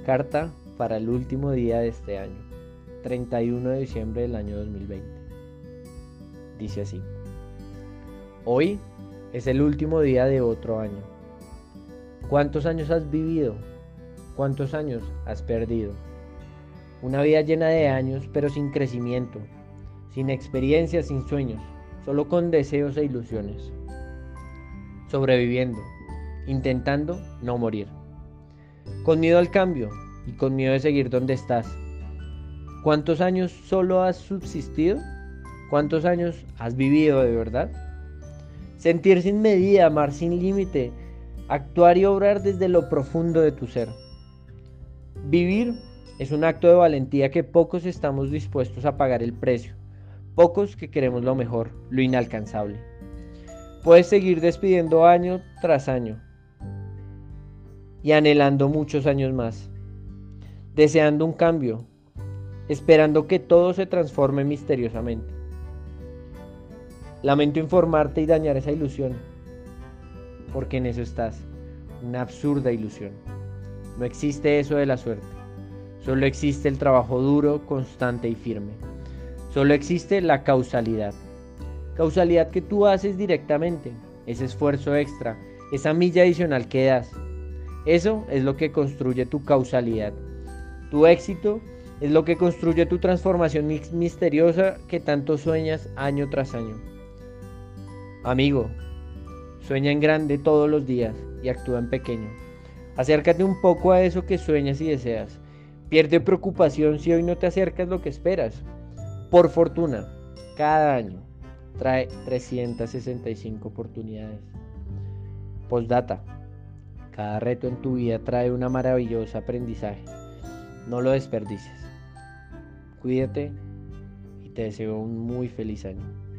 Carta para el último día de este año, 31 de diciembre del año 2020. Dice así: hoy es el último día de otro año. ¿Cuántos años has vivido? ¿Cuántos años has perdido? Una vida llena de años, pero sin crecimiento, sin experiencias, sin sueños, solo con deseos e ilusiones. Sobreviviendo, intentando no morir. Con miedo al cambio y con miedo de seguir donde estás. ¿Cuántos años solo has subsistido? ¿Cuántos años has vivido de verdad? Sentir sin medida, amar sin límite, actuar y obrar desde lo profundo de tu ser. Vivir es un acto de valentía que pocos estamos dispuestos a pagar el precio, pocos que queremos lo mejor, lo inalcanzable. Puedes seguir despidiendo año tras año y anhelando muchos años más, deseando un cambio, esperando que todo se transforme misteriosamente. Lamento informarte y dañar esa ilusión, porque en eso estás, una absurda ilusión. No existe eso de la suerte, solo existe el trabajo duro, constante y firme. Solo existe la causalidad que tú haces directamente, ese esfuerzo extra, esa milla adicional que das. Eso es lo que construye tu causalidad. Tu éxito es lo que construye tu transformación misteriosa que tanto sueñas año tras año. Amigo, sueña en grande todos los días y actúa en pequeño. Acércate un poco a eso que sueñas y deseas. Pierde preocupación si hoy no te acercas lo que esperas. Por fortuna, cada año trae 365 oportunidades. Postdata: cada reto en tu vida trae una maravillosa aprendizaje. No lo desperdicies. Cuídate y te deseo un muy feliz año.